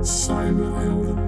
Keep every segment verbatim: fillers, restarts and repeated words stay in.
Cyberhelden.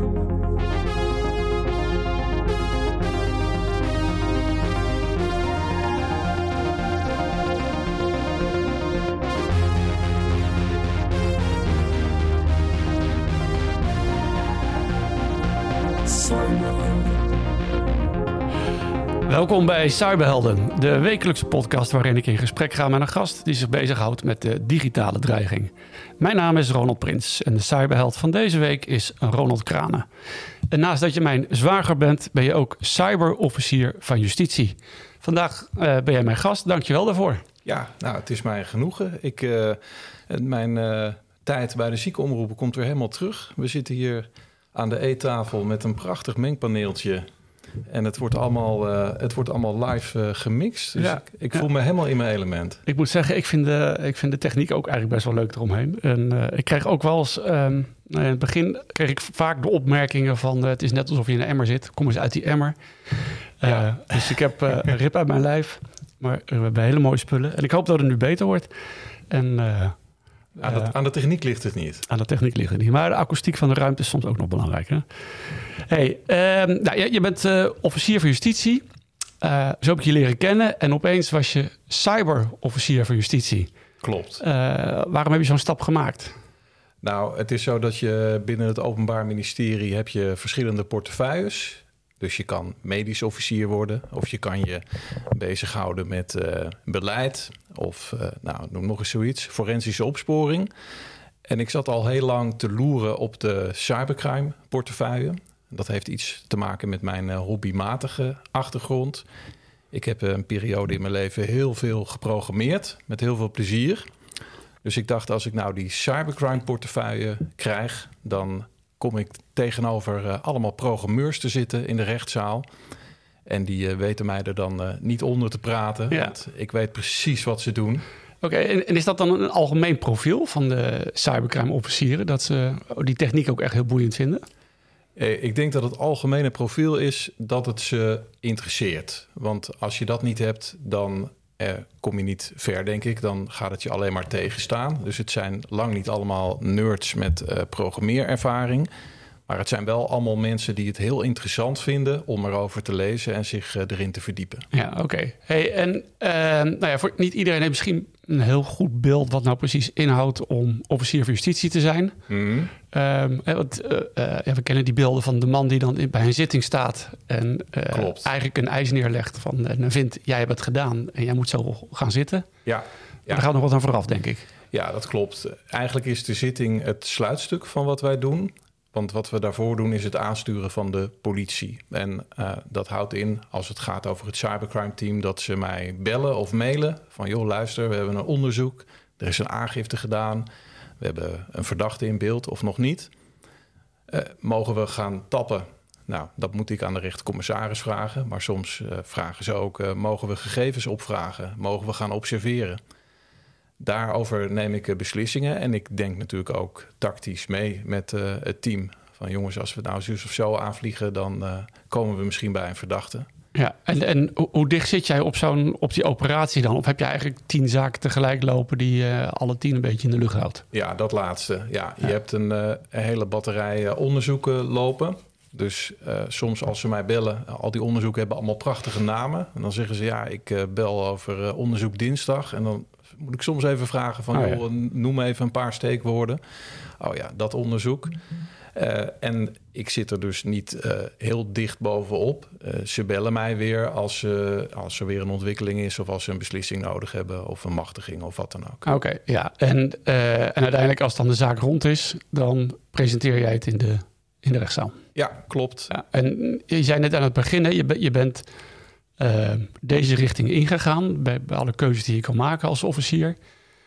Welkom bij Cyberhelden, de wekelijkse podcast waarin ik in gesprek ga met een gast die zich bezighoudt met de digitale dreiging. Mijn naam is Ronald Prins en de cyberheld van deze week is Ronald Kranen. En naast dat je mijn zwager bent, ben je ook cyberofficier van justitie. Vandaag uh, ben jij mijn gast, dank je wel daarvoor. Ja, nou, het is mij genoegen. Ik, uh, mijn uh, tijd bij de ziekenomroepen komt weer helemaal terug. We zitten hier aan de eettafel met een prachtig mengpaneeltje. En het wordt allemaal, uh, het wordt allemaal live uh, gemixt. Dus ja, ik, ik voel ja. me helemaal in mijn element. Ik moet zeggen, ik vind de, ik vind de techniek ook eigenlijk best wel leuk eromheen. En uh, ik krijg ook wel eens... Um, in het begin kreeg ik vaak de opmerkingen van... Uh, het is net alsof je in een emmer zit. Kom eens uit die emmer. Uh, ja. Dus ik heb uh, een rip uit mijn lijf. Maar we hebben hele mooie spullen. En ik hoop dat het nu beter wordt. En... Uh, Aan de, aan de techniek ligt het niet. Aan de techniek ligt het niet. Maar de akoestiek van de ruimte is soms ook nog belangrijk. Hè? Hey, uh, nou, je, je bent uh, officier van justitie. Uh, zo heb ik je leren kennen. En opeens was je cyberofficier van justitie. Klopt. Uh, waarom heb je zo'n stap gemaakt? Nou, het is zo dat je binnen het Openbaar Ministerie... heb je verschillende portefeuilles. Dus je kan medisch officier worden. Of je kan je bezighouden met uh, beleid. Of, uh, nou, noem nog eens zoiets. Forensische opsporing. En ik zat al heel lang te loeren op de cybercrime portefeuille. Dat heeft iets te maken met mijn uh, hobbymatige achtergrond. Ik heb uh, een periode in mijn leven heel veel geprogrammeerd. Met heel veel plezier. Dus ik dacht, als ik nou die cybercrime portefeuille krijg... dan kom ik tegenover uh, allemaal programmeurs te zitten in de rechtszaal. En die uh, weten mij er dan uh, niet onder te praten. Ja. Want ik weet precies wat ze doen. Oké, okay, en, en is dat dan een algemeen profiel van de cybercrime-officieren? Dat ze die techniek ook echt heel boeiend vinden? Eh, ik denk dat het algemene profiel is dat het ze interesseert. Want als je dat niet hebt, dan eh, kom je niet ver, denk ik. Dan gaat het je alleen maar tegenstaan. Dus het zijn lang niet allemaal nerds met uh, programmeerervaring. Maar het zijn wel allemaal mensen die het heel interessant vinden om erover te lezen en zich uh, erin te verdiepen. Ja, oké. Okay. Hey, en uh, nou ja, voor niet iedereen heeft misschien een heel goed beeld wat nou precies inhoudt om officier van justitie te zijn. Mm-hmm. Um, want, uh, uh, ja, we kennen die beelden van de man die dan in, bij een zitting staat en uh, eigenlijk een eis neerlegt van en vindt jij hebt het gedaan en jij moet zo gaan zitten. Ja, ja. Daar gaat nog wat aan vooraf, denk ik. Ja, dat klopt. Eigenlijk is de zitting het sluitstuk van wat wij doen. Want wat we daarvoor doen is het aansturen van de politie. En uh, dat houdt in, als het gaat over het cybercrime team... dat ze mij bellen of mailen van... joh, luister, we hebben een onderzoek. Er is een aangifte gedaan. We hebben een verdachte in beeld of nog niet. Uh, mogen we gaan tappen? Nou, dat moet ik aan de rechtercommissaris vragen. Maar soms uh, vragen ze ook... Uh, mogen we gegevens opvragen? Mogen we gaan observeren? Daarover neem ik beslissingen en ik denk natuurlijk ook tactisch mee met uh, het team. Van jongens, als we nou zus of zo aanvliegen, dan uh, komen we misschien bij een verdachte. Ja, en, en hoe dicht zit jij op, zo'n, op die operatie dan? Of heb je eigenlijk tien zaken tegelijk lopen die uh, alle tien een beetje in de lucht houdt? Ja, dat laatste. Ja, je ja. hebt een, uh, een hele batterij uh, onderzoeken lopen. Dus uh, soms als ze mij bellen, al die onderzoeken hebben allemaal prachtige namen. En dan zeggen ze, ja, ik uh, bel over uh, onderzoek dinsdag. En dan moet ik soms even vragen van, oh, ja. joh, noem even een paar steekwoorden. Oh ja, dat onderzoek. Uh, en ik zit er dus niet uh, heel dicht bovenop. Uh, ze bellen mij weer als, uh, als er weer een ontwikkeling is... of als ze een beslissing nodig hebben of een machtiging of wat dan ook. Oké, okay, ja. En, uh, en uiteindelijk als dan de zaak rond is... dan presenteer jij het in de, in de rechtszaal. Ja, klopt. Ja, en je zei net aan het begin, je, je bent... Uh, deze richting ingegaan bij, bij alle keuzes die je kan maken als officier.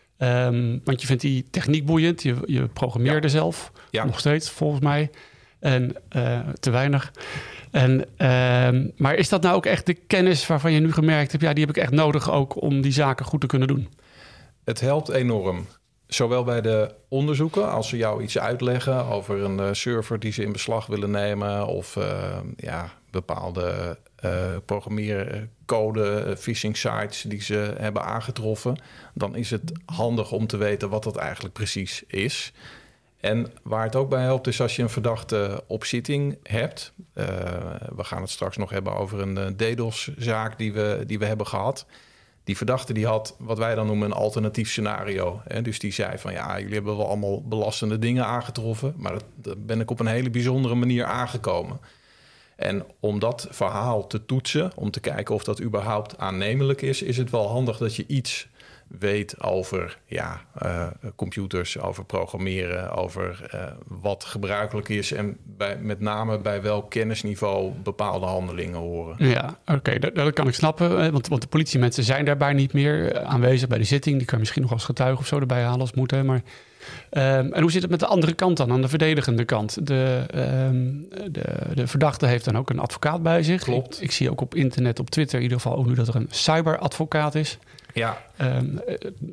Um, want je vindt die techniek boeiend. Je, je programmeerde ja. zelf, ja. nog steeds volgens mij. En uh, te weinig. En, uh, maar is dat nou ook echt de kennis waarvan je nu gemerkt hebt... ja, die heb ik echt nodig ook om die zaken goed te kunnen doen? Het helpt enorm. Zowel bij de onderzoeken, als ze jou iets uitleggen... over een uh, server die ze in beslag willen nemen... of uh, ja, bepaalde... Uh, programmeercode, uh, phishing sites die ze hebben aangetroffen... dan is het handig om te weten wat dat eigenlijk precies is. En waar het ook bij helpt is als je een verdachte op zitting hebt. Uh, we gaan het straks nog hebben over een uh, DDoS-zaak die we, die we hebben gehad. Die verdachte die had wat wij dan noemen een alternatief scenario. Hè? Dus die zei van ja, jullie hebben wel allemaal belastende dingen aangetroffen, maar dat, dat ben ik op een hele bijzondere manier aangekomen. En om dat verhaal te toetsen, om te kijken of dat überhaupt aannemelijk is, is het wel handig dat je iets weet over ja, uh, computers, over programmeren, over uh, wat gebruikelijk is en bij, met name bij welk kennisniveau bepaalde handelingen horen. Ja, oké, okay, dat, dat kan ik snappen, want, want de politiemensen zijn daarbij niet meer aanwezig bij de zitting. Die kan je misschien nog als getuige of zo erbij halen als het moet, hè, maar... Um, en hoe zit het met de andere kant dan, aan de verdedigende kant? De, um, de, de verdachte heeft dan ook een advocaat bij zich. Klopt. Ik, ik zie ook op internet, op Twitter in ieder geval ook nu dat er een cyberadvocaat is. Ja. Um,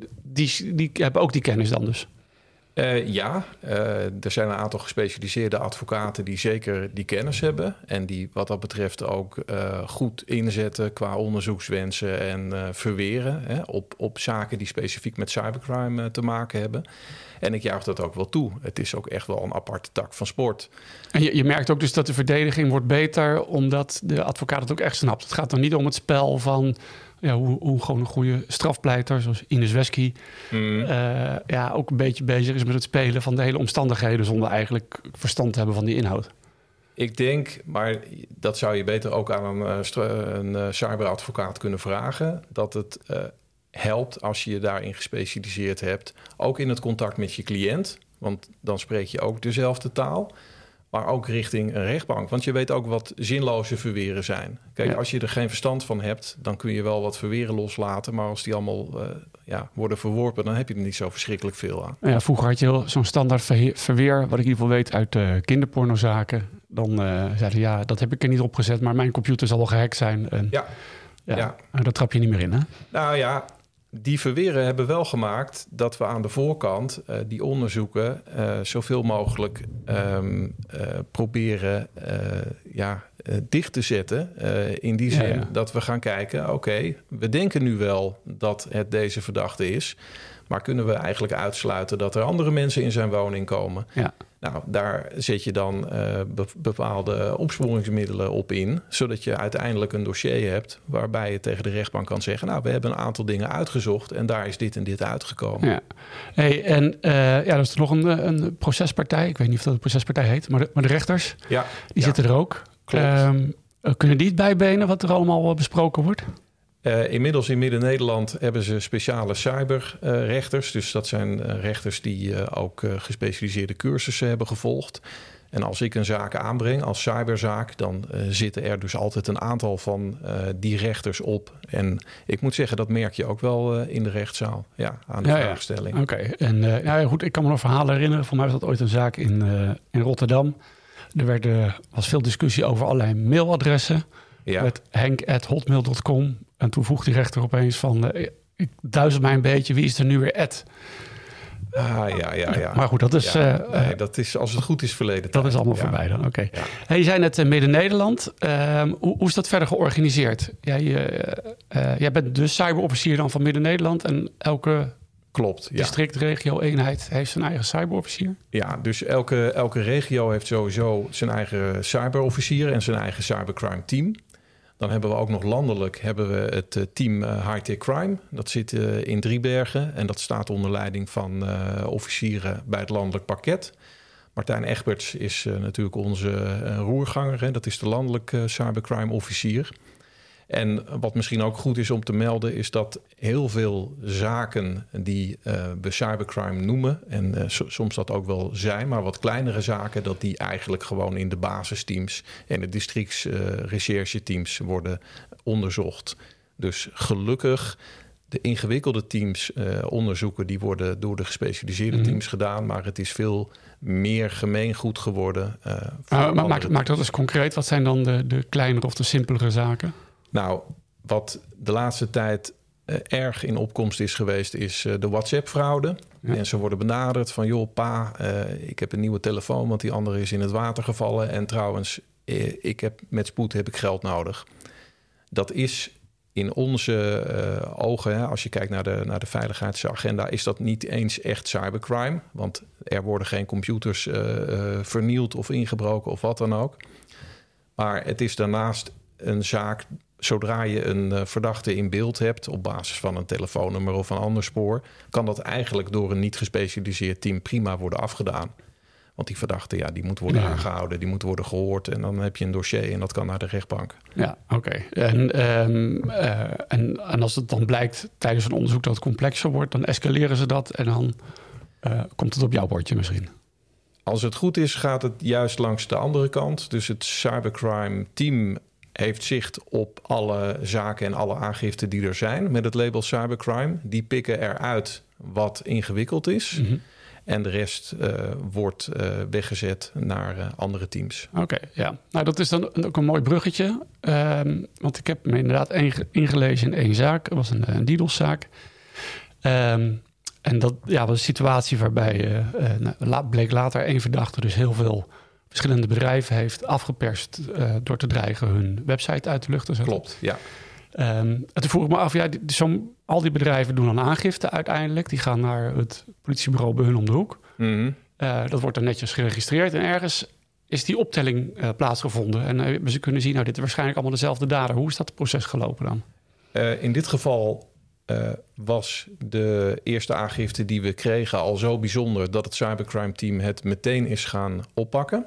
die, die hebben ook die kennis dan dus? Uh, ja, uh, er zijn een aantal gespecialiseerde advocaten die zeker die kennis hebben. En die wat dat betreft ook uh, goed inzetten qua onderzoekswensen en uh, verweren. Hè, op, op zaken die specifiek met cybercrime uh, te maken hebben. En ik juich dat ook wel toe. Het is ook echt wel een aparte tak van sport. En je, je merkt ook dus dat de verdediging wordt beter omdat de advocaat het ook echt snapt. Het gaat dan niet om het spel van... Ja, hoe, hoe gewoon een goede strafpleiter, zoals Ines Wesky... Mm. Uh, ja, ook een beetje bezig is met het spelen van de hele omstandigheden... zonder eigenlijk verstand te hebben van die inhoud. Ik denk, maar dat zou je beter ook aan een, een, een cyberadvocaat kunnen vragen... dat het uh, helpt als je je daarin gespecialiseerd hebt. Ook in het contact met je cliënt, want dan spreek je ook dezelfde taal... maar ook richting een rechtbank. Want je weet ook wat zinloze verweren zijn. Kijk, ja. Als je er geen verstand van hebt... dan kun je wel wat verweren loslaten... maar als die allemaal uh, ja, worden verworpen... dan heb je er niet zo verschrikkelijk veel aan. Ja, vroeger had je zo'n standaard verweer... wat ik in ieder geval weet uit uh, kinderpornozaken. Dan uh, zeiden ja, dat heb ik er niet op gezet... maar mijn computer zal wel gehackt zijn. En, ja. Ja, ja. En dat trap je niet meer in, hè? Nou ja... Die verweren hebben wel gemaakt dat we aan de voorkant uh, die onderzoeken uh, zoveel mogelijk um, uh, proberen uh, ja, uh, dicht te zetten. Uh, in die zin ja, ja. dat we gaan kijken, oké, okay, we denken nu wel dat het deze verdachte is. Maar kunnen we eigenlijk uitsluiten dat er andere mensen in zijn woning komen? Ja. Nou, daar zet je dan uh, be- bepaalde opsporingsmiddelen op in... zodat je uiteindelijk een dossier hebt... waarbij je tegen de rechtbank kan zeggen... nou, we hebben een aantal dingen uitgezocht... en daar is dit en dit uitgekomen. Ja. Hey, en uh, ja, er is nog een, een procespartij. Ik weet niet of dat een procespartij heet... maar de, maar de rechters, ja, die ja. zitten er ook. Um, kunnen die het bijbenen wat er allemaal besproken wordt? Uh, inmiddels in Midden-Nederland hebben ze speciale cyberrechters. Uh, dus dat zijn uh, rechters die uh, ook uh, gespecialiseerde cursussen hebben gevolgd. En als ik een zaak aanbreng als cyberzaak... dan uh, zitten er dus altijd een aantal van uh, die rechters op. En ik moet zeggen, dat merk je ook wel uh, in de rechtszaal. Ja, aan de ja, vraagstelling. Ja. Oké, okay. en uh, ja, goed, ik kan me nog verhalen herinneren. Voor mij was dat ooit een zaak in, uh, in Rotterdam. Er werd, uh, was veel discussie over allerlei mailadressen... Ja. Met henk at hotmail dot com. En toen vroeg die rechter opeens van... Uh, ik duizel mij een beetje, wie is er nu weer at? Ah, ja, ja, ja. Maar goed, dat is... Ja, uh, nee, dat is als het goed is verleden tijd. Dat is allemaal ja. voorbij dan, oké. Okay. Ja. Hey, je zei net uh, Midden-Nederland. Uh, hoe, hoe is dat verder georganiseerd? Jij, uh, uh, jij bent de cyberofficier dan van Midden-Nederland... en elke... Klopt, ja. District, regio, eenheid heeft zijn eigen cyberofficier? Ja, dus elke, elke regio heeft sowieso zijn eigen cyberofficier... en zijn eigen cybercrime team. Dan hebben we ook nog landelijk hebben we het team High-Tech Crime. Dat zit uh, in Driebergen en dat staat onder leiding van uh, officieren bij het landelijk parket. Martijn Egberts is uh, natuurlijk onze uh, roerganger. Hè. Dat is de landelijke uh, cybercrime officier. En wat misschien ook goed is om te melden... is dat heel veel zaken die uh, we cybercrime noemen... en uh, so, soms dat ook wel zijn, maar wat kleinere zaken... dat die eigenlijk gewoon in de basisteams... en de districtsrechercheteams uh, worden onderzocht. Dus gelukkig, de ingewikkelde teams uh, onderzoeken... die worden door de gespecialiseerde mm-hmm. teams gedaan... maar het is veel meer gemeengoed geworden. Uh, uh, maar maak, maak dat eens concreet. Wat zijn dan de, de kleinere of de simpelere zaken? Nou, wat de laatste tijd uh, erg in opkomst is geweest... is uh, de WhatsApp-fraude. Ja. Mensen worden benaderd van... joh, pa, uh, ik heb een nieuwe telefoon... want die andere is in het water gevallen. En trouwens, uh, ik heb, met spoed heb ik geld nodig. Dat is in onze uh, ogen, hè, als je kijkt naar de, naar de veiligheidsagenda, is dat niet eens echt cybercrime. Want er worden geen computers uh, uh, vernield of ingebroken of wat dan ook. Maar het is daarnaast een zaak, zodra je een uh, verdachte in beeld hebt op basis van een telefoonnummer of een ander spoor, kan dat eigenlijk door een niet gespecialiseerd team prima worden afgedaan. Want die verdachte, ja, die moet worden ja. aangehouden, die moet worden gehoord. En dan heb je een dossier en dat kan naar de rechtbank. Ja, oké. Okay. En, um, uh, en, en als het dan blijkt tijdens een onderzoek dat het complexer wordt, dan escaleren ze dat en dan uh, komt het op jouw bordje misschien. Als het goed is, gaat het juist langs de andere kant. Dus het cybercrime team heeft zicht op alle zaken en alle aangiften die er zijn met het label cybercrime. Die pikken eruit wat ingewikkeld is. Mm-hmm. En de rest uh, wordt uh, weggezet naar uh, andere teams. Oké, okay, ja. Nou, dat is dan ook een mooi bruggetje. Um, want ik heb me inderdaad ingelezen in één zaak. Dat was een, een DDoS-zaak. Um, en dat ja, was een situatie waarbij uh, uh, nou, bleek later één verdachte dus heel veel verschillende bedrijven heeft afgeperst uh, door te dreigen hun website uit de lucht te zetten. Klopt, ja. Um, en toen vroeg ik me af, ja, die, zo, al die bedrijven doen dan aangifte uiteindelijk. Die gaan naar het politiebureau bij hun om de hoek. Mm-hmm. Uh, dat wordt dan netjes geregistreerd. En ergens is die optelling uh, plaatsgevonden. En uh, ze kunnen zien, nou, dit is waarschijnlijk allemaal dezelfde dader. Hoe is dat proces gelopen dan? Uh, in dit geval uh, was de eerste aangifte die we kregen al zo bijzonder dat het cybercrime team het meteen is gaan oppakken.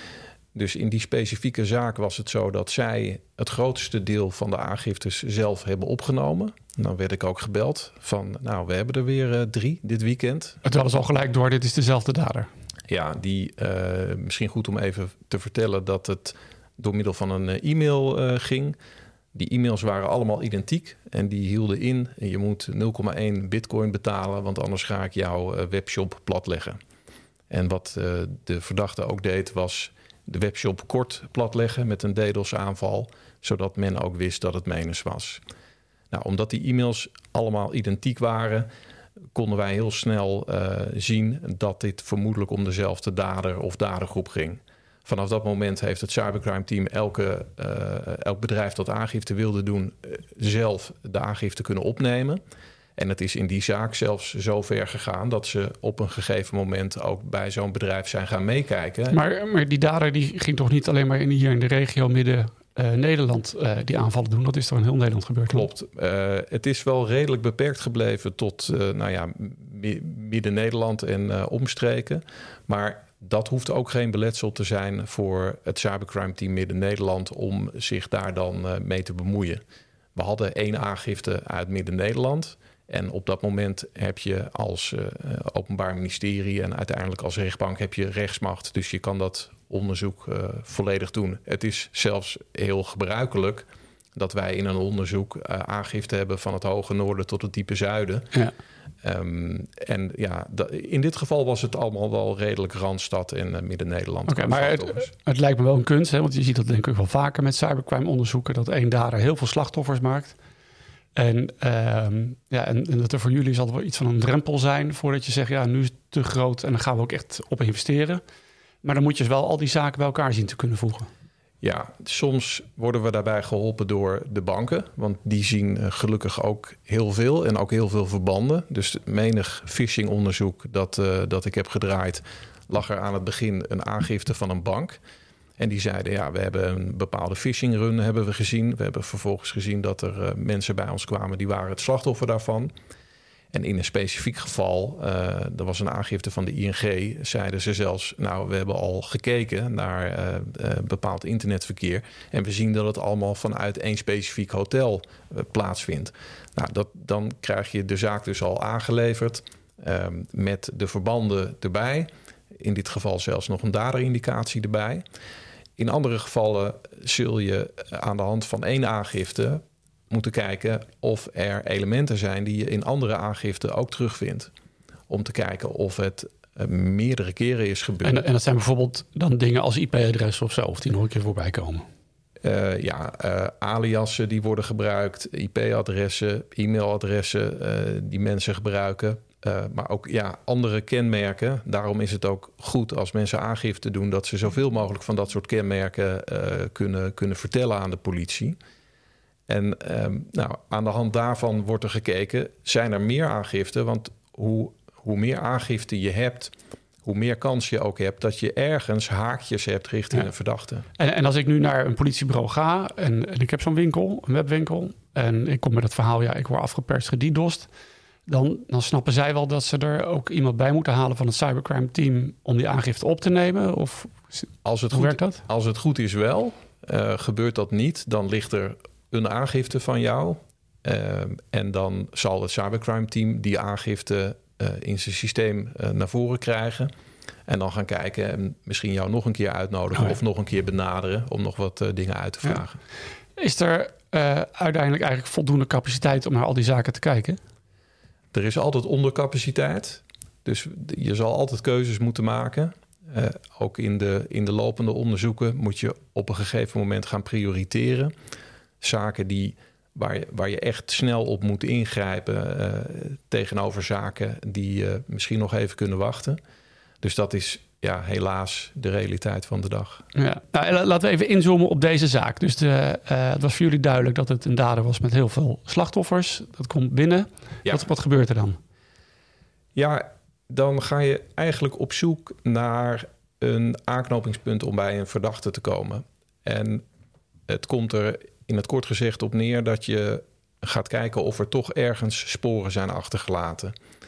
Dus in die specifieke zaak was het zo dat zij het grootste deel van de aangiftes zelf hebben opgenomen. Dan werd ik ook gebeld van, nou, we hebben er weer uh, drie dit weekend. Het was al gelijk door, dit is dezelfde dader. Ja, die uh, misschien goed om even te vertellen dat het door middel van een uh, e-mail uh, ging. Die e-mails waren allemaal identiek en die hielden in, je moet nul komma één bitcoin betalen, want anders ga ik jouw uh, webshop platleggen. En wat uh, de verdachte ook deed, was de webshop kort platleggen met een DDoS-aanval, zodat men ook wist dat het menens was. Nou, omdat die e-mails allemaal identiek waren, konden wij heel snel uh, zien dat dit vermoedelijk om dezelfde dader of dadergroep ging. Vanaf dat moment heeft het cybercrime team elke, uh, elk bedrijf dat aangifte wilde doen, uh, zelf de aangifte kunnen opnemen. En het is in die zaak zelfs zo ver gegaan dat ze op een gegeven moment ook bij zo'n bedrijf zijn gaan meekijken. Maar, maar die dader die ging toch niet alleen maar in, hier in de regio midden uh, Nederland uh, die aanvallen doen? Dat is toch in heel Nederland gebeurd? Klopt. Uh, het is wel redelijk beperkt gebleven tot uh, nou ja, midden Nederland en uh, omstreken. Maar dat hoeft ook geen beletsel te zijn voor het cybercrime team midden Nederland om zich daar dan uh, mee te bemoeien. We hadden één aangifte uit midden Nederland. En op dat moment heb je als uh, Openbaar Ministerie en uiteindelijk als rechtbank heb je rechtsmacht. Dus je kan dat onderzoek uh, volledig doen. Het is zelfs heel gebruikelijk dat wij in een onderzoek uh, aangifte hebben van het hoge noorden tot het diepe zuiden. Ja. Um, en ja, da- in dit geval was het allemaal wel redelijk Randstad en uh, Midden-Nederland. Oké, okay, maar het, het lijkt me wel een kunst, hè? Want je ziet dat denk ik wel vaker met cybercrime onderzoeken, dat één dader heel veel slachtoffers maakt. En, um, ja, en, en dat er voor jullie zal wel iets van een drempel zijn voordat je zegt, ja, nu is het te groot en dan gaan we ook echt op investeren. Maar dan moet je dus wel al die zaken bij elkaar zien te kunnen voegen. Ja, soms worden we daarbij geholpen door de banken, want die zien uh, gelukkig ook heel veel en ook heel veel verbanden. Dus menig phishingonderzoek dat, uh, dat ik heb gedraaid, lag er aan het begin een aangifte van een bank. En die zeiden, ja, we hebben een bepaalde phishing run hebben we gezien. We hebben vervolgens gezien dat er uh, mensen bij ons kwamen die waren het slachtoffer daarvan. En in een specifiek geval, uh, er was een aangifte van de I N G, zeiden ze zelfs, nou, we hebben al gekeken naar uh, uh, bepaald internetverkeer en we zien dat het allemaal vanuit één specifiek hotel uh, plaatsvindt. Nou, dat, dan krijg je de zaak dus al aangeleverd uh, met de verbanden erbij. In dit geval zelfs nog een daderindicatie erbij. In andere gevallen zul je aan de hand van één aangifte moeten kijken of er elementen zijn die je in andere aangiften ook terugvindt. Om te kijken of het uh, meerdere keren is gebeurd. En, en dat zijn bijvoorbeeld dan dingen als I P-adres of zo, of die nog een keer voorbij komen? Uh, ja, uh, aliasen die worden gebruikt, I P-adressen, e-mailadressen uh, die mensen gebruiken. Uh, maar ook ja, andere kenmerken. Daarom is het ook goed als mensen aangifte doen dat ze zoveel mogelijk van dat soort kenmerken uh, kunnen, kunnen vertellen aan de politie. En um, nou, aan de hand daarvan wordt er gekeken, zijn er meer aangiften? Want hoe, hoe meer aangifte je hebt, hoe meer kans je ook hebt dat je ergens haakjes hebt richting ja. een verdachte. En, en als ik nu naar een politiebureau ga en, en ik heb zo'n winkel, een webwinkel, en ik kom met het verhaal, ja, ik word afgeperst, gedidost, dan, dan snappen zij wel dat ze er ook iemand bij moeten halen van het cybercrime team om die aangifte op te nemen? Of als het hoe goed, werkt dat? Als het goed is wel, uh, gebeurt dat niet, dan ligt er een aangifte van jou. Uh, en dan zal het cybercrime team die aangifte uh, in zijn systeem uh, naar voren krijgen. En dan gaan kijken en misschien jou nog een keer uitnodigen... Oh ja. of nog een keer benaderen om nog wat uh, dingen uit te vragen. Ja. Is er uh, uiteindelijk eigenlijk voldoende capaciteit om naar al die zaken te kijken? Er is altijd ondercapaciteit. Dus je zal altijd keuzes moeten maken. Uh, ook in de, in de lopende onderzoeken moet je op een gegeven moment gaan prioriteren. Zaken die, waar, je, waar je echt snel op moet ingrijpen uh, tegenover zaken die uh, misschien nog even kunnen wachten. Dus dat is ja, helaas de realiteit van de dag. Ja. Nou, laten we even inzoomen op deze zaak. Dus de, uh, het was voor jullie duidelijk dat het een dader was met heel veel slachtoffers. Dat komt binnen. Ja. Wat, wat gebeurt er dan? Ja, dan ga je eigenlijk op zoek naar een aanknopingspunt om bij een verdachte te komen. En het komt er in het kort gezegd op neer dat je gaat kijken of er toch ergens sporen zijn achtergelaten.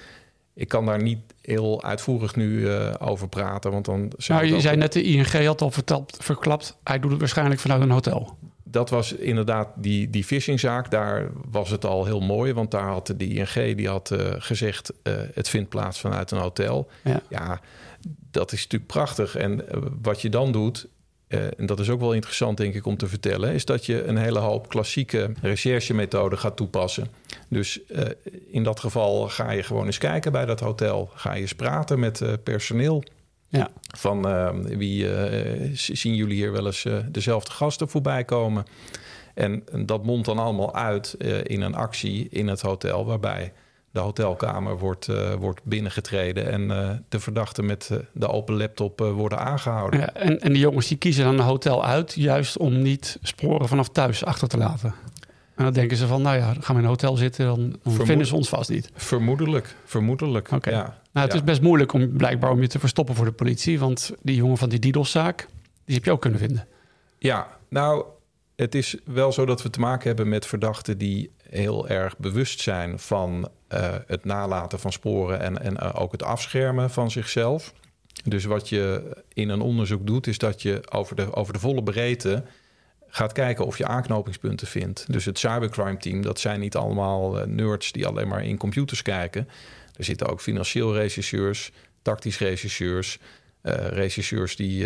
Ik kan daar niet heel uitvoerig nu uh, over praten. Want dan nou, je zei net, de I N G had al vertapt, verklapt. Hij doet het waarschijnlijk vanuit een hotel. Dat was inderdaad die, die phishingzaak. Daar was het al heel mooi. Want daar had de I N G die had, uh, gezegd... Uh, het vindt plaats vanuit een hotel. Ja. ja, dat is natuurlijk prachtig. En uh, wat je dan doet... Uh, en dat is ook wel interessant, denk ik, om te vertellen... is dat je een hele hoop klassieke recherchemethoden gaat toepassen. Dus uh, in dat geval ga je gewoon eens kijken bij dat hotel. Ga je eens praten met uh, personeel. Ja. Van uh, wie uh, zien jullie hier wel eens uh, dezelfde gasten voorbij komen? En, en dat mondt dan allemaal uit uh, in een actie in het hotel... waarbij de hotelkamer wordt, uh, wordt binnengetreden... en uh, de verdachten met uh, de open laptop uh, worden aangehouden. Ja, en, en die jongens die kiezen dan een hotel uit... juist om niet sporen vanaf thuis achter te laten. En dan denken ze van, nou ja, dan gaan we in een hotel zitten... dan, dan Vermoed- vinden ze ons vast niet. Vermoedelijk, vermoedelijk, okay. ja. Nou, het ja. is best moeilijk om blijkbaar om je te verstoppen voor de politie... want die jongen van die DDoS-zaak, die heb je ook kunnen vinden. Ja, nou, het is wel zo dat we te maken hebben met verdachten... die heel erg bewust zijn van uh, het nalaten van sporen... en, en uh, ook het afschermen van zichzelf. Dus wat je in een onderzoek doet... is dat je over de, over de volle breedte... gaat kijken of je aanknopingspunten vindt. Dus het cybercrime team, dat zijn niet allemaal uh, nerds... die alleen maar in computers kijken. Er zitten ook financieel rechercheurs, tactisch rechercheurs... Uh, rechercheurs die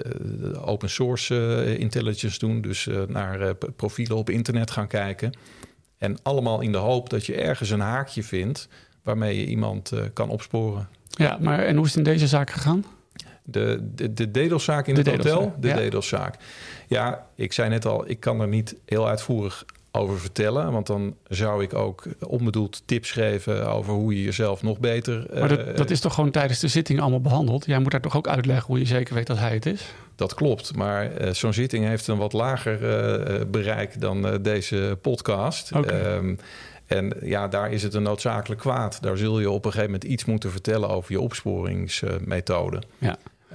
uh, open source uh, intelligence doen... dus uh, naar uh, profielen op internet gaan kijken... En allemaal in de hoop dat je ergens een haakje vindt... waarmee je iemand uh, kan opsporen. Ja, maar en hoe is het in deze zaak gegaan? De, de, de DDoS-zaak in de het hotel? De ja. DDoS-zaak. Ja, ik zei net al, ik kan er niet heel uitvoerig over vertellen... want dan zou ik ook onbedoeld tips geven... over hoe je jezelf nog beter... Maar dat, uh, dat is toch gewoon tijdens de zitting allemaal behandeld? Jij moet daar toch ook uitleggen hoe je zeker weet dat hij het is? Dat klopt, maar uh, zo'n zitting heeft een wat lager uh, bereik dan uh, deze podcast. Okay. Um, en ja, daar is het een noodzakelijk kwaad. Daar zul je op een gegeven moment iets moeten vertellen over je opsporingsmethode. Ja.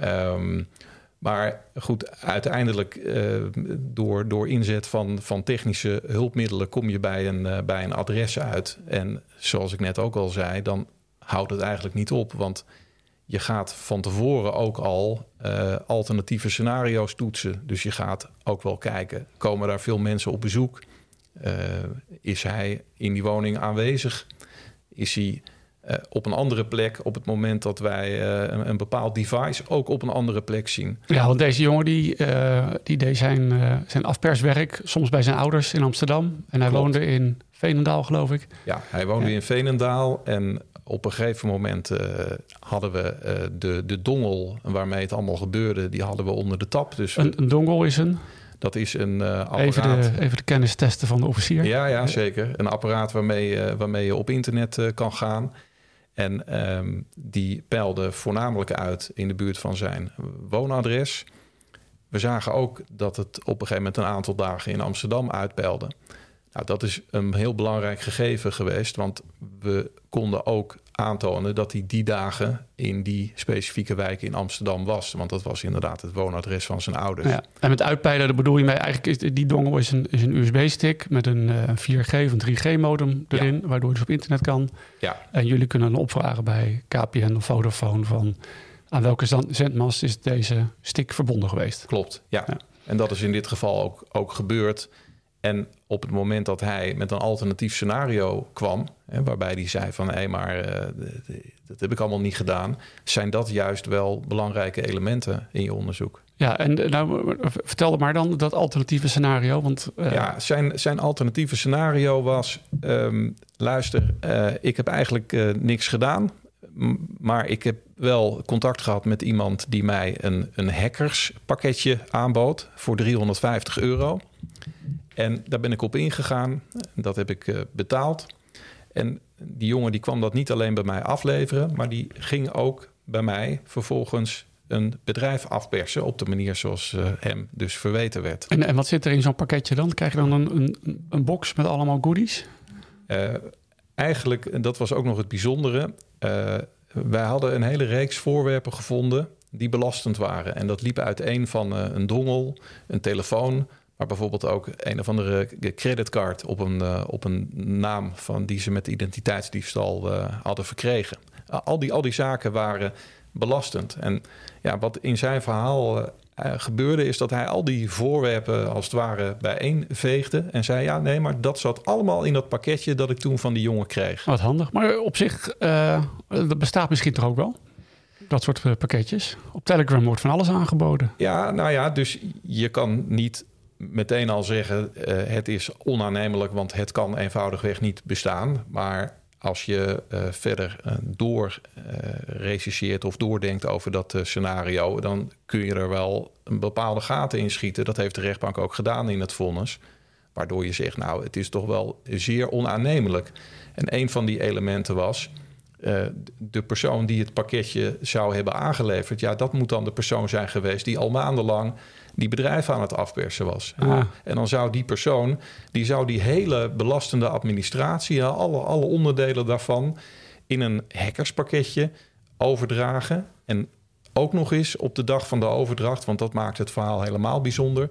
Um, maar goed, uiteindelijk uh, door, door inzet van, van technische hulpmiddelen kom je bij een, uh, bij een adres uit. En zoals ik net ook al zei, dan houdt het eigenlijk niet op, want... Je gaat van tevoren ook al uh, alternatieve scenario's toetsen. Dus je gaat ook wel kijken, komen daar veel mensen op bezoek? Uh, is hij in die woning aanwezig? Is hij uh, op een andere plek op het moment dat wij uh, een, een bepaald device ook op een andere plek zien? Ja, want deze jongen die, uh, die deed zijn, uh, zijn afperswerk soms bij zijn ouders in Amsterdam. En hij Klopt. woonde in Veenendaal, geloof ik. Ja, hij woonde ja. in Veenendaal en... Op een gegeven moment uh, hadden we uh, de, de dongel waarmee het allemaal gebeurde... die hadden we onder de tap. Dus een, een dongel is een? Dat is een uh, apparaat... Even de, even de kennis testen van de officier. Ja, ja, zeker. Een apparaat waarmee, uh, waarmee je op internet uh, kan gaan. En um, die peilde voornamelijk uit in de buurt van zijn woonadres. We zagen ook dat het op een gegeven moment... een aantal dagen in Amsterdam uitpeilde. Nou, dat is een heel belangrijk gegeven geweest, want we konden ook aantonen dat hij die dagen in die specifieke wijk in Amsterdam was. Want dat was inderdaad het woonadres van zijn ouders. Ja, en met uitpeilen, daar bedoel je mee, eigenlijk is die dongle is een, is een U S B-stick met een uh, vier G of een drie G modem erin, ja. waardoor je dus op internet kan. Ja. En jullie kunnen dan opvragen bij K P N of Vodafone van aan welke zendmast is deze stick verbonden geweest. Klopt, ja. ja. En dat is in dit geval ook, ook gebeurd. En op het moment dat hij met een alternatief scenario kwam, hè, waarbij hij zei van hé, hey, maar uh, dat heb ik allemaal niet gedaan, zijn dat juist wel belangrijke elementen in je onderzoek. Ja, en nou vertel maar dan dat alternatieve scenario. Want, uh... Ja, zijn, zijn alternatieve scenario was, um, luister, uh, ik heb eigenlijk uh, niks gedaan, maar ik heb wel contact gehad met iemand die mij een, een hackerspakketje aanbood voor driehonderdvijftig euro. En daar ben ik op ingegaan. Dat heb ik uh, betaald. En die jongen die kwam dat niet alleen bij mij afleveren, maar die ging ook bij mij vervolgens een bedrijf afpersen op de manier zoals uh, hem dus verweten werd. En, en wat zit er in zo'n pakketje dan? Krijg je dan een, een, een box met allemaal goodies? Uh, eigenlijk, en dat was ook nog het bijzondere, Uh, wij hadden een hele reeks voorwerpen gevonden die belastend waren. En dat liep uiteen van uh, een dongel, een telefoon, maar bijvoorbeeld ook een of andere creditcard op een, uh, op een naam van die ze met identiteitsdiefstal uh, hadden verkregen. Uh, al, die, al die zaken waren belastend. En ja, wat in zijn verhaal uh, gebeurde is dat hij al die voorwerpen als het ware bijeenveegde en zei ja, nee, maar dat zat allemaal in dat pakketje dat ik toen van die jongen kreeg. Wat handig. Maar op zich, uh, dat bestaat misschien toch ook wel? Dat soort uh, pakketjes. Op Telegram wordt van alles aangeboden. Ja, nou ja, dus je kan niet meteen al zeggen uh, het is onaannemelijk, want het kan eenvoudigweg niet bestaan. Maar als je uh, verder uh, door uh, rechercheert of doordenkt over dat uh, scenario, dan kun je er wel een bepaalde gaten in schieten. Dat heeft de rechtbank ook gedaan in het vonnis. Waardoor je zegt, nou, het is toch wel zeer onaannemelijk. En een van die elementen was, uh, de persoon die het pakketje zou hebben aangeleverd, ja, dat moet dan de persoon zijn geweest die al maandenlang die bedrijven aan het afpersen was. Ah. En dan zou die persoon, die zou die hele belastende administratie, alle, alle onderdelen daarvan, in een hackerspakketje overdragen. En ook nog eens op de dag van de overdracht, want dat maakt het verhaal helemaal bijzonder,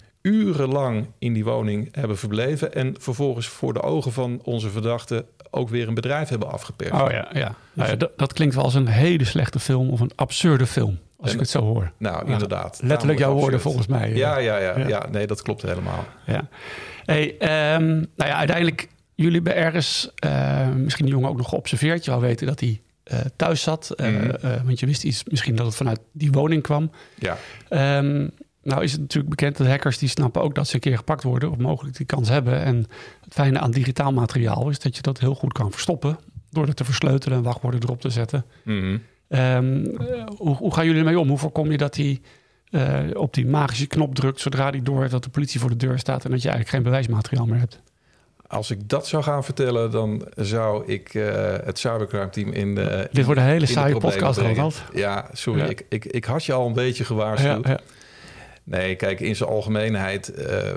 urenlang in die woning hebben verbleven en vervolgens voor de ogen van onze verdachte ook weer een bedrijf hebben afgeperst. Oh ja, ja. Nou ja dat, dat klinkt wel als een hele slechte film of een absurde film. Als en, ik het zo hoor. Nou, ja, inderdaad. Letterlijk jouw woorden volgens mij. Ja, ja, ja, ja. ja. Nee, dat klopt helemaal. Ja. Hey, um, nou ja, uiteindelijk, jullie hebben ergens, uh, misschien die jongen ook nog geobserveerd. Je wou weten dat hij uh, thuis zat. Uh, mm-hmm. uh, want je wist iets, misschien dat het vanuit die woning kwam. Ja. Um, nou is het natuurlijk bekend dat hackers die snappen ook dat ze een keer gepakt worden. Of mogelijk die kans hebben. En het fijne aan digitaal materiaal is dat je dat heel goed kan verstoppen. Door het te versleutelen en wachtwoorden erop te zetten. Mm-hmm. Um, uh, hoe, hoe gaan jullie ermee om? Hoe voorkom je dat hij uh, op die magische knop drukt zodra hij door heeft dat de politie voor de deur staat en dat je eigenlijk geen bewijsmateriaal meer hebt? Als ik dat zou gaan vertellen, dan zou ik uh, het cybercrime team in de. Dit wordt een hele saaie podcast, Ronald. Ja, sorry. Ja. Ik, ik, ik had je al een beetje gewaarschuwd. Ja, ja. Nee, kijk, in zijn algemeenheid, uh,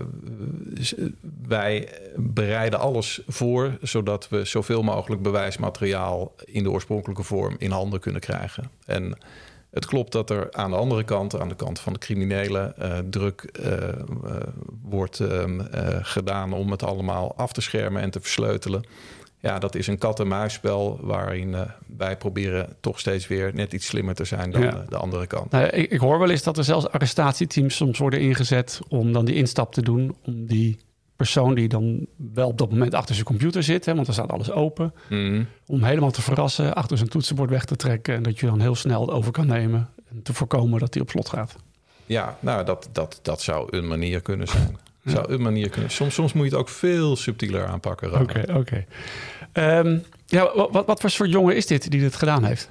wij bereiden alles voor, zodat we zoveel mogelijk bewijsmateriaal in de oorspronkelijke vorm in handen kunnen krijgen. En het klopt dat er aan de andere kant, aan de kant van de criminelen, uh, druk uh, uh, wordt uh, uh, gedaan om het allemaal af te schermen en te versleutelen. Ja, dat is een kat-en-muisspel waarin uh, wij proberen toch steeds weer net iets slimmer te zijn dan ja. uh, de andere kant. Nou, ik, ik hoor wel eens dat er zelfs arrestatieteams soms worden ingezet om dan die instap te doen. Om die persoon die dan wel op dat moment achter zijn computer zit, hè, want er staat alles open. Mm. Om helemaal te verrassen, achter zijn toetsenbord weg te trekken. En dat je dan heel snel het over kan nemen en te voorkomen dat hij op slot gaat. Ja, nou dat, dat, dat zou een manier kunnen zijn. Ja. Zou een manier kunnen. Soms, soms moet je het ook veel subtieler aanpakken. Oké, oké. Okay, okay. um, ja, wat, wat voor soort jongen is dit die dit gedaan heeft?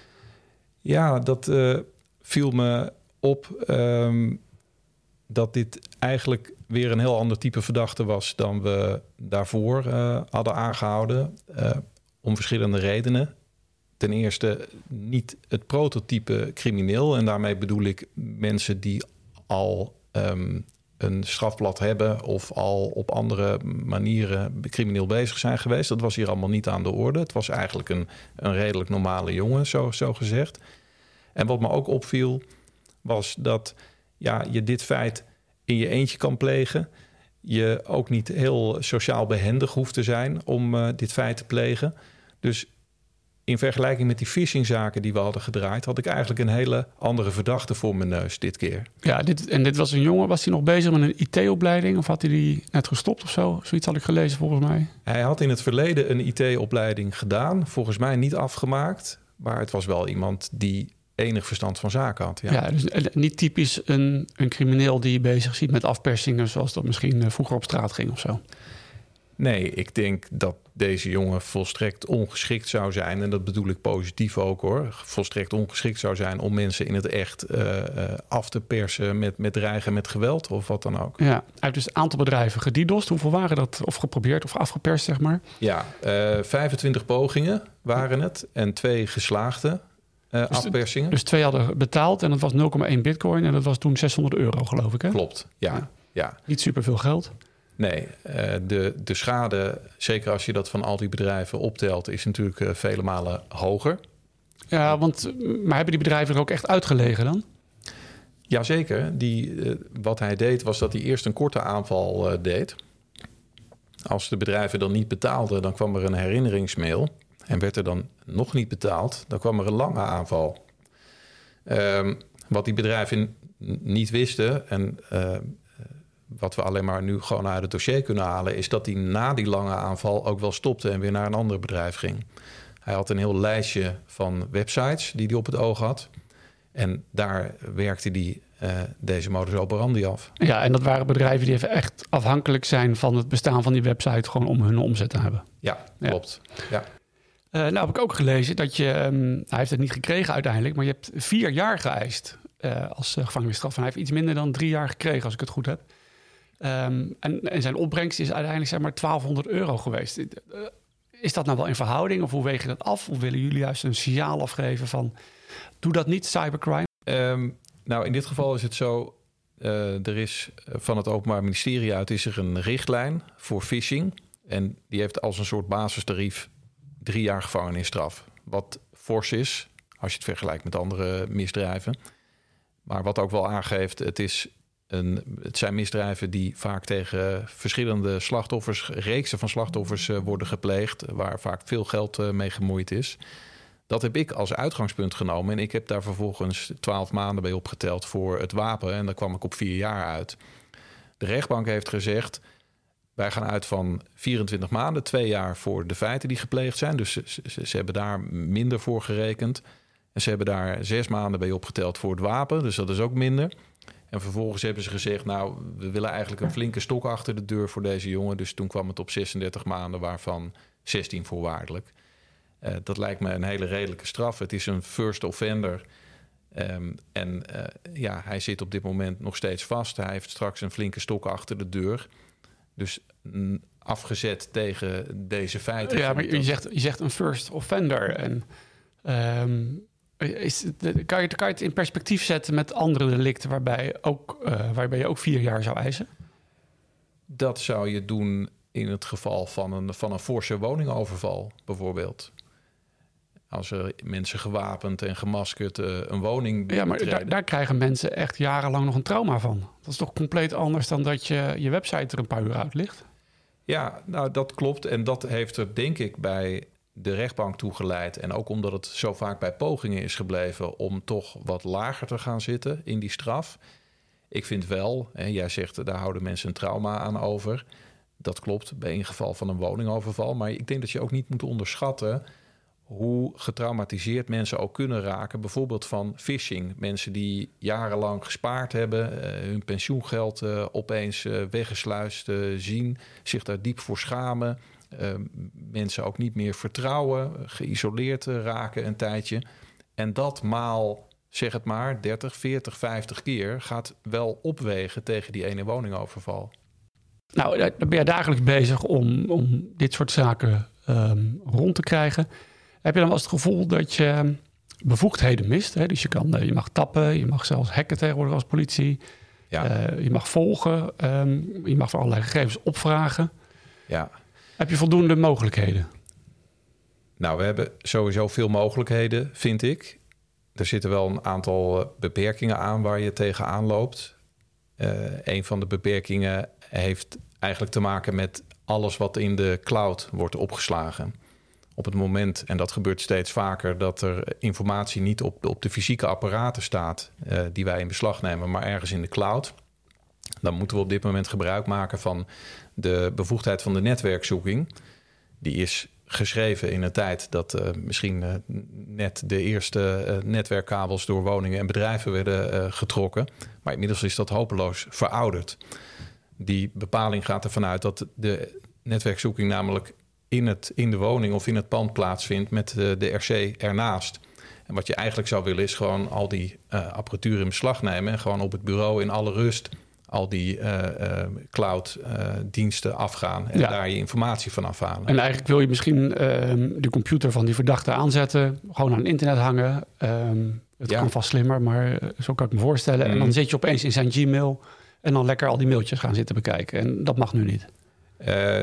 Ja, dat uh, viel me op um, dat dit eigenlijk weer een heel ander type verdachte was dan we daarvoor uh, hadden aangehouden. Uh, om verschillende redenen. Ten eerste niet het prototype crimineel. En daarmee bedoel ik mensen die al Um, een strafblad hebben of al op andere manieren crimineel bezig zijn geweest. Dat was hier allemaal niet aan de orde. Het was eigenlijk een, een redelijk normale jongen, zo, zo gezegd. En wat me ook opviel was dat ja, je dit feit in je eentje kan plegen. Je ook niet heel sociaal behendig hoeft te zijn om uh, dit feit te plegen. Dus in vergelijking met die phishingzaken die we hadden gedraaid, had ik eigenlijk een hele andere verdachte voor mijn neus dit keer. Ja, dit, en dit was een jongen. Was hij nog bezig met een I T-opleiding of had hij die net gestopt of zo? Zoiets had ik gelezen volgens mij. Hij had in het verleden een I T-opleiding gedaan. Volgens mij niet afgemaakt. Maar het was wel iemand die enig verstand van zaken had. Ja, ja dus niet typisch een, een crimineel die je bezig ziet met afpersingen, zoals dat misschien vroeger op straat ging of zo. Nee, ik denk dat deze jongen volstrekt ongeschikt zou zijn. En dat bedoel ik positief ook hoor. Volstrekt ongeschikt zou zijn om mensen in het echt uh, uh, af te persen met, met dreigen met geweld of wat dan ook. Ja, hij heeft dus een aantal bedrijven gedidost. Hoeveel waren dat? Of geprobeerd of afgeperst, zeg maar? Ja, uh, vijfentwintig pogingen waren het en twee geslaagde uh, dus afpersingen. Dus twee hadden betaald en dat was nul komma één bitcoin en dat was toen zeshonderd euro, geloof ik, hè? Klopt, ja. ja. ja. Niet superveel geld. Nee, de, de schade, zeker als je dat van al die bedrijven optelt, is natuurlijk vele malen hoger. Ja, want maar hebben die bedrijven er ook echt uitgelegen dan? Jazeker. Die, wat hij deed was dat hij eerst een korte aanval uh, deed. Als de bedrijven dan niet betaalden, dan kwam er een herinneringsmail. En werd er dan nog niet betaald, dan kwam er een lange aanval. Um, wat die bedrijven niet wisten en uh, wat we alleen maar nu gewoon uit het dossier kunnen halen, is dat hij na die lange aanval ook wel stopte en weer naar een ander bedrijf ging. Hij had een heel lijstje van websites die hij op het oog had. En daar werkte hij uh, deze modus operandi af. Ja, en dat waren bedrijven die even echt afhankelijk zijn van het bestaan van die website, gewoon om hun omzet te hebben. Ja, klopt. Ja. Uh, nou heb ik ook gelezen dat je, um, hij heeft het niet gekregen uiteindelijk, maar je hebt vier jaar geëist uh, als uh, gevangenisstraf. En hij heeft iets minder dan drie jaar gekregen, als ik het goed heb. Um, en, en zijn opbrengst is uiteindelijk zeg maar twaalfhonderd euro geweest. Uh, is dat nou wel in verhouding of hoe weeg je dat af? Of willen jullie juist een signaal afgeven van doe dat niet, cybercrime? Um, nou, in dit geval is het zo, uh, er is van het Openbaar Ministerie uit is er een richtlijn voor phishing. En die heeft als een soort basistarief drie jaar gevangenisstraf. Wat fors is, als je het vergelijkt met andere misdrijven. Maar wat ook wel aangeeft, het is een, het zijn misdrijven die vaak tegen verschillende slachtoffers, reeksen van slachtoffers uh, worden gepleegd, waar vaak veel geld uh, mee gemoeid is. Dat heb ik als uitgangspunt genomen en ik heb daar vervolgens twaalf maanden bij opgeteld voor het wapen en daar kwam ik op vier jaar uit. De rechtbank heeft gezegd, wij gaan uit van vierentwintig maanden, twee jaar voor de feiten die gepleegd zijn. Dus ze, ze, ze hebben daar minder voor gerekend. En ze hebben daar zes maanden bij opgeteld voor het wapen, dus dat is ook minder. En vervolgens hebben ze gezegd, nou, we willen eigenlijk een flinke stok achter de deur voor deze jongen. Dus toen kwam het op zesendertig maanden, waarvan zestien voorwaardelijk. Uh, dat lijkt me een hele redelijke straf. Het is een first offender. Um, en uh, ja, hij zit op dit moment nog steeds vast. Hij heeft straks een flinke stok achter de deur. Dus mm, afgezet tegen deze feiten. Ja, maar je zegt, je zegt een first offender. En um, is, kan, je, kan je het in perspectief zetten met andere delicten waarbij, ook, uh, waarbij je ook vier jaar zou eisen? Dat zou je doen in het geval van een, van een forse woningoverval bijvoorbeeld. Als er mensen gewapend en gemaskerd uh, een woning Ja, maar daar, daar krijgen mensen echt jarenlang nog een trauma van. Dat is toch compleet anders dan dat je je website er een paar uur uit ligt? Ja, nou dat klopt. En dat heeft er denk ik bij de rechtbank toe geleid. En ook omdat het zo vaak bij pogingen is gebleven om toch wat lager te gaan zitten in die straf. Ik vind wel, en jij zegt daar houden mensen een trauma aan over. Dat klopt bij een geval van een woningoverval. Maar ik denk dat je ook niet moet onderschatten hoe getraumatiseerd mensen ook kunnen raken. Bijvoorbeeld van phishing. Mensen die jarenlang gespaard hebben, uh, hun pensioengeld uh, opeens uh, weggesluist uh, zien, zich daar diep voor schamen. Uh, mensen ook niet meer vertrouwen, geïsoleerd uh, raken een tijdje. En dat maal, zeg het maar, dertig, veertig, vijftig keer gaat wel opwegen tegen die ene woningoverval. Nou, dan ben je dagelijks bezig om, om dit soort zaken um, rond te krijgen. Heb je dan wel eens het gevoel dat je bevoegdheden mist? Hè? Dus je, kan, je mag tappen, je mag zelfs hacken tegenwoordig als politie. Ja. Uh, je mag volgen. Um, je mag voor allerlei gegevens opvragen. Ja. Heb je voldoende mogelijkheden? Nou, we hebben sowieso veel mogelijkheden, vind ik. Er zitten wel een aantal beperkingen aan waar je tegenaan loopt. Uh, een van de beperkingen heeft eigenlijk te maken met alles wat in de cloud wordt opgeslagen. Op het moment, en dat gebeurt steeds vaker, dat er informatie niet op, op de fysieke apparaten staat uh, die wij in beslag nemen, maar ergens in de cloud. Dan moeten we op dit moment gebruik maken van de bevoegdheid van de netwerkzoeking. Die is geschreven in een tijd dat uh, misschien uh, net de eerste uh, netwerkkabels door woningen en bedrijven werden uh, getrokken. Maar inmiddels is dat hopeloos verouderd. Die bepaling gaat ervan uit dat de netwerkzoeking namelijk in, het, in de woning of in het pand plaatsvindt met uh, de R C ernaast. En wat je eigenlijk zou willen is gewoon al die uh, apparatuur in beslag nemen en gewoon op het bureau in alle rust al die uh, uh, cloud-diensten uh, afgaan en ja. daar je informatie van afhalen. En eigenlijk wil je misschien uh, de computer van die verdachte aanzetten, gewoon aan het internet hangen. Um, het ja. kan vast slimmer, maar zo kan ik me voorstellen. Mm. En dan zit je opeens in zijn Gmail en dan lekker al die mailtjes gaan zitten bekijken. En dat mag nu niet. Uh,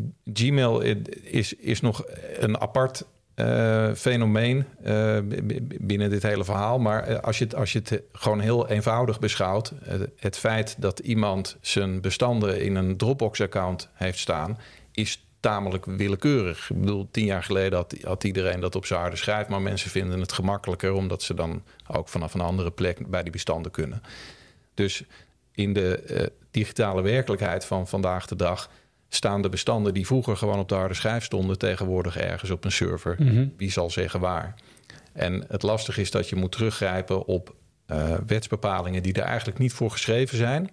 Gmail is, is nog een apart Uh, fenomeen uh, binnen dit hele verhaal. Maar uh, als, je het, als je het gewoon heel eenvoudig beschouwt, uh, het feit dat iemand zijn bestanden in een Dropbox-account heeft staan, is tamelijk willekeurig. Ik bedoel, tien jaar geleden had, had iedereen dat op zijn harde schijf, maar mensen vinden het gemakkelijker omdat ze dan ook vanaf een andere plek bij die bestanden kunnen. Dus in de uh, digitale werkelijkheid van vandaag de dag staan de bestanden die vroeger gewoon op de harde schijf stonden tegenwoordig ergens op een server. Mm-hmm. Wie zal zeggen waar? En het lastige is dat je moet teruggrijpen op uh, wetsbepalingen die er eigenlijk niet voor geschreven zijn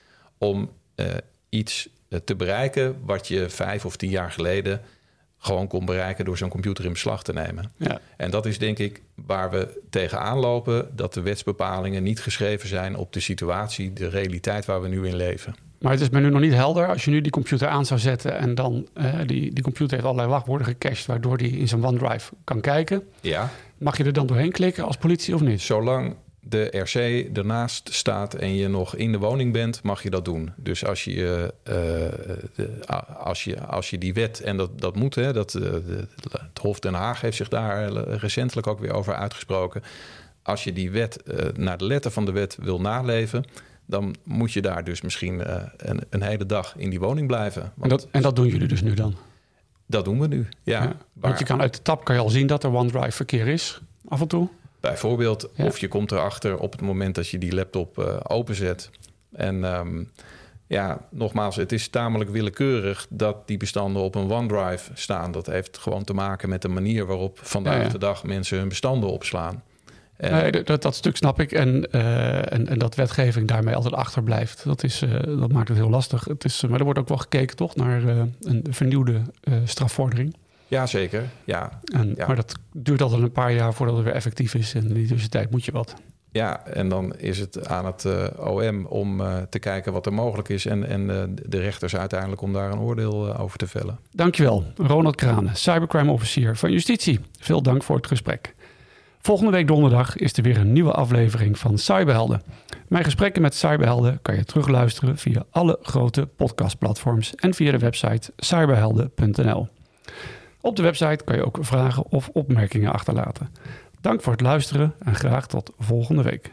om uh, iets uh, te bereiken wat je vijf of tien jaar geleden gewoon kon bereiken door zo'n computer in beslag te nemen. Ja. En dat is denk ik waar we tegenaan lopen, dat de wetsbepalingen niet geschreven zijn op de situatie, de realiteit waar we nu in leven. Maar het is me nu nog niet helder. Als je nu die computer aan zou zetten en dan uh, die, die computer heeft allerlei wachtwoorden gecached, waardoor die in zijn OneDrive kan kijken. Ja. Mag je er dan doorheen klikken als politie of niet? Zolang de R C ernaast staat en je nog in de woning bent, mag je dat doen. Dus als je, uh, de, als je, als je die wet, en dat, dat moet, hè, dat, uh, de, het Hof Den Haag heeft zich daar recentelijk ook weer over uitgesproken. Als je die wet uh, naar de letter van de wet wil naleven, dan moet je daar dus misschien uh, een, een hele dag in die woning blijven. Want en, dat, en dat doen jullie dus nu dan? Dat doen we nu, ja. ja want je kan uit de tab kan je al zien dat er OneDrive verkeer is, af en toe? Bijvoorbeeld, ja. Of je komt erachter op het moment dat je die laptop uh, openzet. En um, ja, nogmaals, het is tamelijk willekeurig dat die bestanden op een OneDrive staan. Dat heeft gewoon te maken met de manier waarop vandaag ja, ja. de dag mensen hun bestanden opslaan. En nee, dat, dat stuk snap ik. En, uh, en, en dat wetgeving daarmee altijd achterblijft. Dat, is, uh, dat maakt het heel lastig. Het is, maar er wordt ook wel gekeken toch naar uh, een vernieuwde uh, strafvordering. Jazeker, ja. En, ja. Maar dat duurt altijd een paar jaar voordat het weer effectief is. En in die tussentijd moet je wat. Ja, en dan is het aan het uh, O M om uh, te kijken wat er mogelijk is. En, en uh, de rechters uiteindelijk om daar een oordeel uh, over te vellen. Dankjewel, Ronald Kranen, Cybercrime Officier van Justitie. Veel dank voor het gesprek. Volgende week donderdag is er weer een nieuwe aflevering van Cyberhelden. Mijn gesprekken met cyberhelden kan je terugluisteren via alle grote podcastplatforms en via de website cyberhelden punt n l. Op de website kan je ook vragen of opmerkingen achterlaten. Dank voor het luisteren en graag tot volgende week.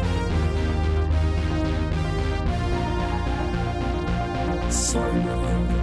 Cyberhelden.